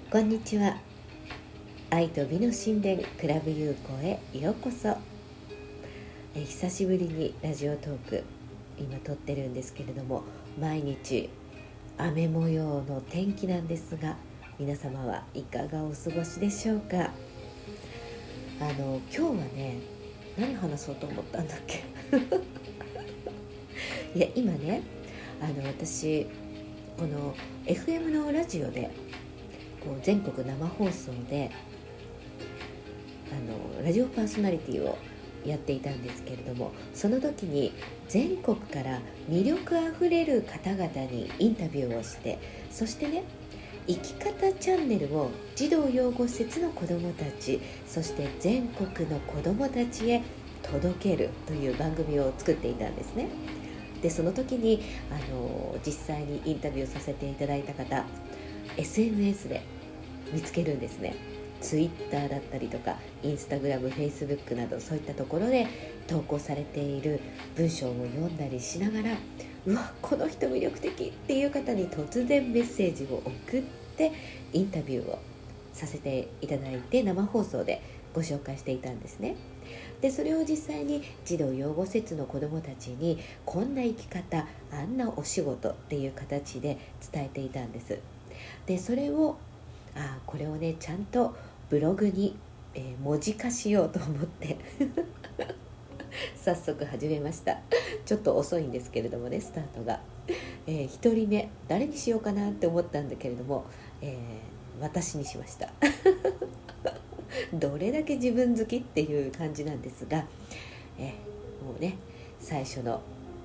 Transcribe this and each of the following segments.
こんにちは。愛と美の神殿クラブ優子へようこそ。久しぶりにラジオトーク今撮ってるんですけれども、毎日雨模様の天気なんですが、皆様はいかがお過ごしでしょうか。今日はね、何話そうと思ったんだっけいや今ね、私この FM のラジオで全国生放送でラジオパーソナリティをやっていたんですけれども、その時に全国から魅力あふれる方々にインタビューをして、そしてね、生き方チャンネルを児童養護施設の子どもたち、そして全国の子どもたちへ届けるという番組を作っていたんですね。でその時に実際にインタビューさせていただいた方、 SNS で見つけるんですね。ツイッターだったりとかインスタグラム、フェイスブックなど、そういったところで投稿されている文章を読んだりしながら、うわ、この人魅力的っていう方に突然メッセージを送ってインタビューをさせていただいて、生放送でご紹介していたんですね。でそれを実際に児童養護施設の子どもたちに、こんな生き方、あんなお仕事っていう形で伝えていたんです。でそれをこれをね、ちゃんとブログに、文字化しようと思って早速始めました。ちょっと遅いんですけれどもね、スタートが、1人目誰にしようかなって思ったんだけれども、私にしましたどれだけ自分好きっていう感じなんですが、もうね、最初の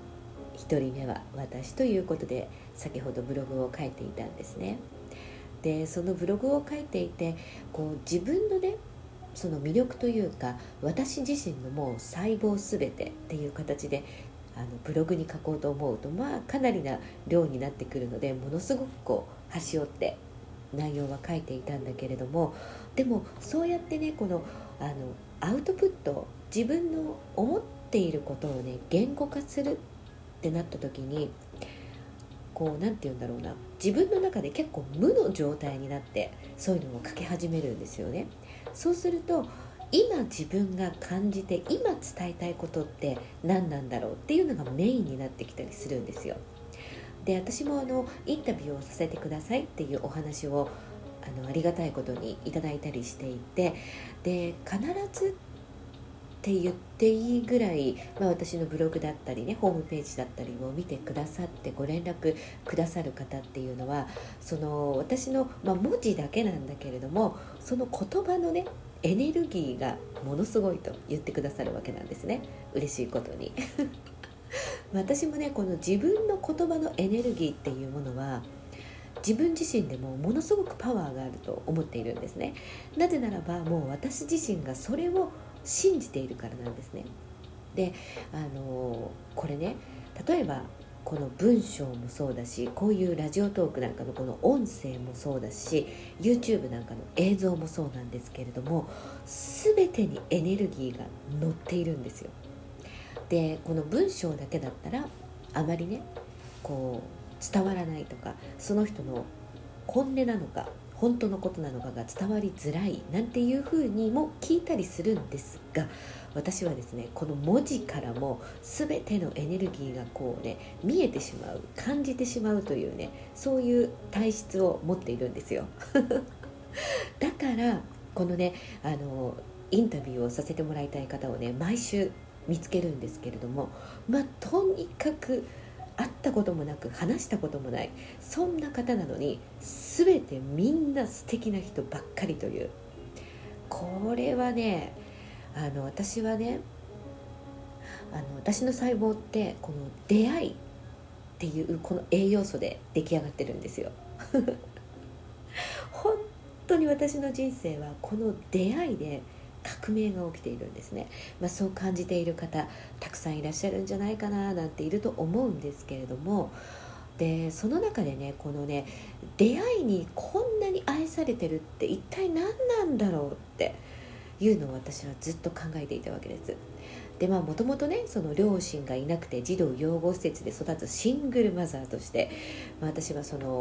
1人目は私ということで、先ほどブログを書いていたんですね。でそのブログを書いていて、自分のね、その魅力というか、私自身のもう細胞すべてっていう形でブログに書こうと思うと、かなりな量になってくるので、ものすごく端折って内容は書いていたんだけれども、でもそうやってね、アウトプット、自分の思っていることをね、言語化するってなった時に、なんて言うんだろうな、自分の中で結構無の状態になって、そういうのを書き始めるんですよね。そうすると、今自分が感じて今伝えたいことって何なんだろうっていうのがメインになってきたりするんですよ。で私もインタビューをさせてくださいっていうお話をありがたいことにいただいたりしていて、で必ずって言っていいぐらい、私のブログだったりね、ホームページだったりを見てくださってご連絡くださる方っていうのは、その私の、文字だけなんだけれども、その言葉のね、エネルギーがものすごいと言ってくださるわけなんですね。嬉しいことに私もね、この自分の言葉のエネルギーっていうものは、自分自身でもものすごくパワーがあると思っているんですね。なぜならば、もう私自身がそれを信じているからなんですね。でこれね、例えばこの文章もそうだし、こういうラジオトークなんかのこの音声もそうだし、 YouTube なんかの映像もそうなんですけれども、全てにエネルギーが乗っているんですよ。でこの文章だけだったらあまりね、伝わらないとか、その人の本音なのか本当のことなのかが伝わりづらいなんていう風にも聞いたりするんですが、私はですね、この文字からも全てのエネルギーが見えてしまう、感じてしまうというね、そういう体質を持っているんですよだからこのね、インタビューをさせてもらいたい方をね、毎週見つけるんですけれども、とにかく会ったこともなく話したこともない、そんな方なのに、全てみんな素敵な人ばっかりという、これはね、私はね、私の細胞ってこの出会いっていうこの栄養素で出来上がってるんですよ本当に私の人生はこの出会いで革命が起きているんですね。そう感じている方たくさんいらっしゃるんじゃないかななんていると思うんですけれども、でその中でね、このね、出会いにこんなに愛されてるって一体何なんだろうっていうのを私はずっと考えていたわけです。でもともとね、その両親がいなくて児童養護施設で育つシングルマザーとして、私はその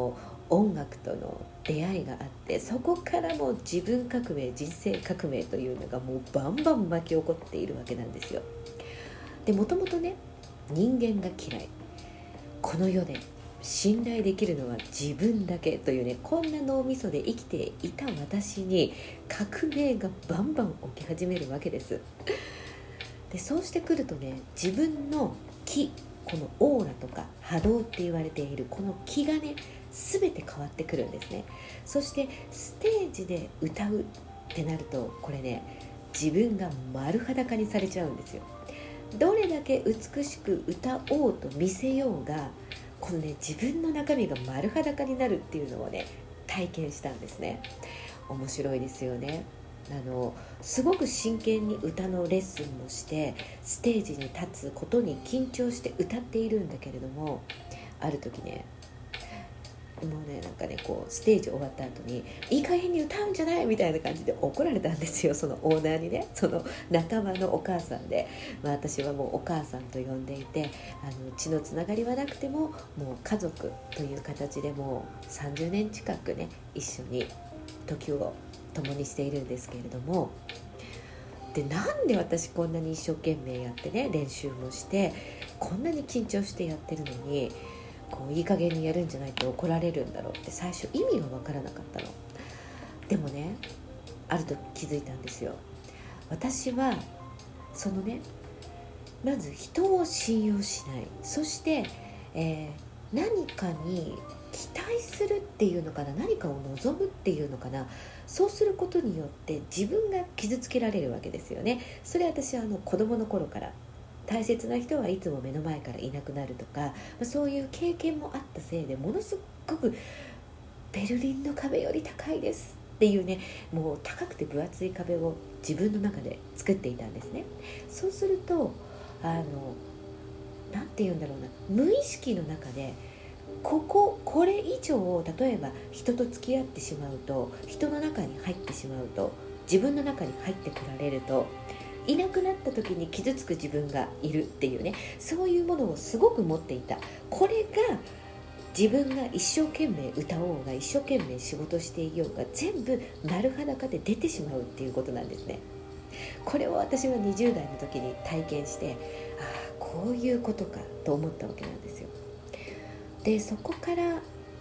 音楽との出会いがあって、そこからもう自分革命、人生革命というのがもうバンバン巻き起こっているわけなんですよ。で、もともとね、人間が嫌い、この世で信頼できるのは自分だけというね、こんな脳みそで生きていた私に革命がバンバン起き始めるわけです。で、そうしてくるとね、自分の気、このオーラとか波動って言われているこの気がね、全て変わってくるんですね。そしてステージで歌うってなると、これね、自分が丸裸にされちゃうんですよ。どれだけ美しく歌おうと見せようが、このね、自分の中身が丸裸になるっていうのをね、体験したんですね。面白いですよね。すごく真剣に歌のレッスンもして、ステージに立つことに緊張して歌っているんだけれども、ある時ね、もうね、なんかね、こうステージ終わった後にいい加減に歌うんじゃないみたいな感じで怒られたんですよ、そのオーナーにね。その仲間のお母さんで、私はもうお母さんと呼んでいて、血のつながりはなくても、もう家族という形でもう30年近くね、一緒に時を共にしているんですけれども、で、なんで私こんなに一生懸命やってね、練習もしてこんなに緊張してやってるのに、こういい加減にやるんじゃないと怒られるんだろうって最初意味が分からなかったの。でもね、ある時気づいたんですよ。私はそのね、まず人を信用しない、そして、何かに期待するっていうのかな、何かを望むっていうのかな、そうすることによって自分が傷つけられるわけですよね。それは私は子供の頃から、大切な人はいつも目の前からいなくなるとか、そういう経験もあったせいで、ものすごくベルリンの壁より高いですっていうね、もう高くて分厚い壁を自分の中で作っていたんですね。そうするとなんて言うんだろうな、無意識の中でこれ以上、例えば人と付き合ってしまうと、人の中に入ってしまうと、自分の中に入ってこられると、いなくなった時に傷つく自分がいるっていうね、そういうものをすごく持っていた。これが自分が一生懸命歌おうが、一生懸命仕事していようが、全部丸裸で出てしまうっていうことなんですね。これを私は20代の時に体験して、こういうことかと思ったわけなんですよ。で、そこから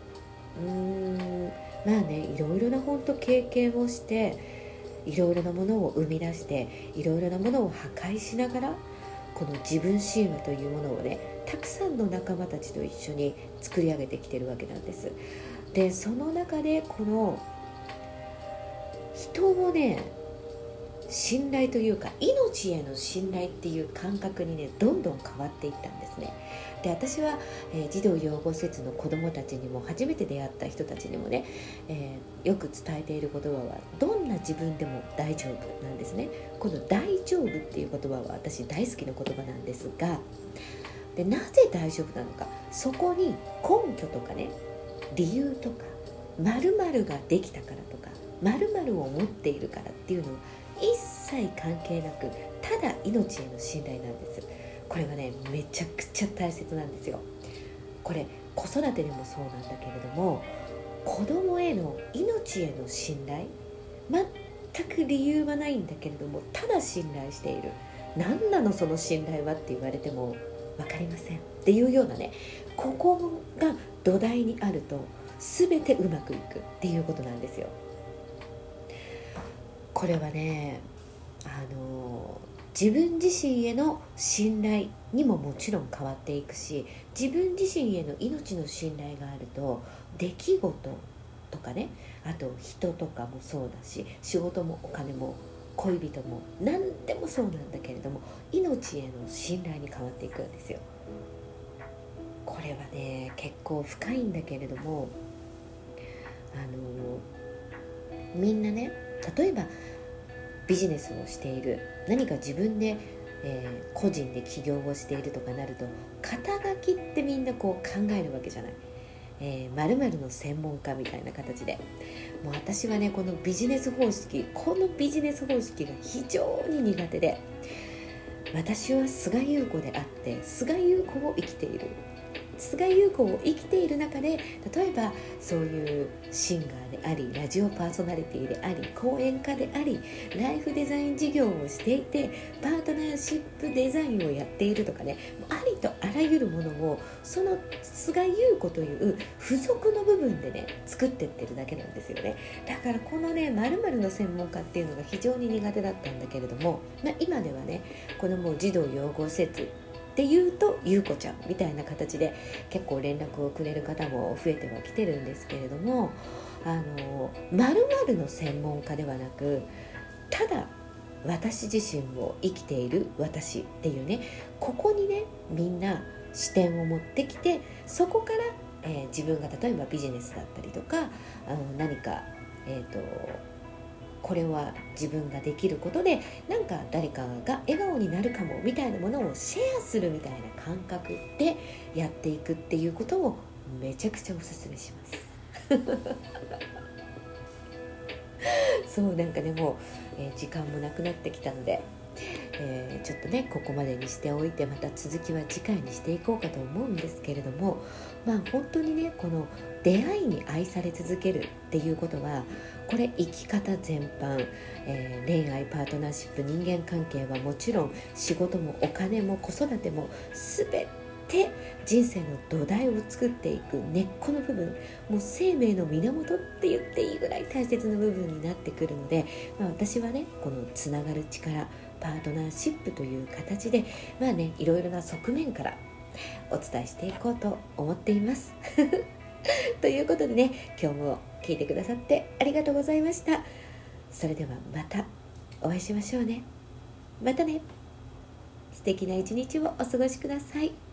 まあね、いろいろな本当経験をして、いろいろなものを生み出して、いろいろなものを破壊しながら、この自分神話というものをね、たくさんの仲間たちと一緒に作り上げてきてるわけなんです。で、その中でこの人をね、信頼というか、命への信頼っていう感覚にね、どんどん変わっていったんですね。で、私は、児童養護施設の子どもたちにも、初めて出会った人たちにもね、よく伝えている言葉は、どんな自分でも大丈夫なんですね。この大丈夫っていう言葉は私大好きな言葉なんですが、で、なぜ大丈夫なのか、そこに根拠とかね、理由とか、〇〇ができたからとか、〇〇を持っているからっていうのは一切関係なく、ただ命への信頼なんです。これはね、めちゃくちゃ大切なんですよ。これ子育てでもそうなんだけれども、子供への命への信頼、全く理由はないんだけれども、ただ信頼している。何なのその信頼はって言われても分かりませんっていうようなね、ここが土台にあると全てうまくいくっていうことなんですよ。これはね、自分自身への信頼にももちろん変わっていくし、自分自身への命の信頼があると、出来事とかね、あと人とかもそうだし、仕事もお金も恋人も何でもそうなんだけれども、命への信頼に変わっていくんですよ。これはね、結構深いんだけれども、みんなね、例えばビジネスをしている、何か自分で、個人で起業をしているとかなると、肩書きってみんなこう考えるわけじゃない。〇〇の専門家みたいな形で、もう私はね、このビジネス方式が非常に苦手で、私は菅優子であって菅優子を生きている、 菅井優子を生きている中で、例えばそういうシンガーであり、ラジオパーソナリティであり、講演家であり、ライフデザイン事業をしていて、パートナーシップデザインをやっているとかね、ありとあらゆるものをその菅井優子という付属の部分でね作ってってるだけなんですよね。だからこのね〇〇の専門家っていうのが非常に苦手だったんだけれども、今ではねこのもう児童養護施設っていうと優子ちゃんみたいな形で結構連絡をくれる方も増えてはきてるんですけれども、〇〇の専門家ではなく、ただ私自身を生きている私っていうね、ここにねみんな視点を持ってきて、そこから、自分が例えばビジネスだったりとか何か、これは自分ができることでなんか誰かが笑顔になるかもみたいなものをシェアするみたいな感覚でやっていくっていうことをめちゃくちゃおすすめしますそうなんかねもう、時間もなくなってきたので、ちょっとねここまでにしておいて、また続きは次回にしていこうかと思うんですけれども、本当にねこの出会いに愛され続けるっていうことは、これ生き方全般、恋愛、パートナーシップ、人間関係はもちろん、仕事もお金も子育ても全て人生の土台を作っていく根っこの部分、もう生命の源って言っていいぐらい大切な部分になってくるので、私はねこのつながる力、パートナーシップという形でいろいろな側面からお伝えしていこうと思っていますということでね、今日も聞いてくださってありがとうございました。それではまたお会いしましょうね。またね。素敵な一日をお過ごしください。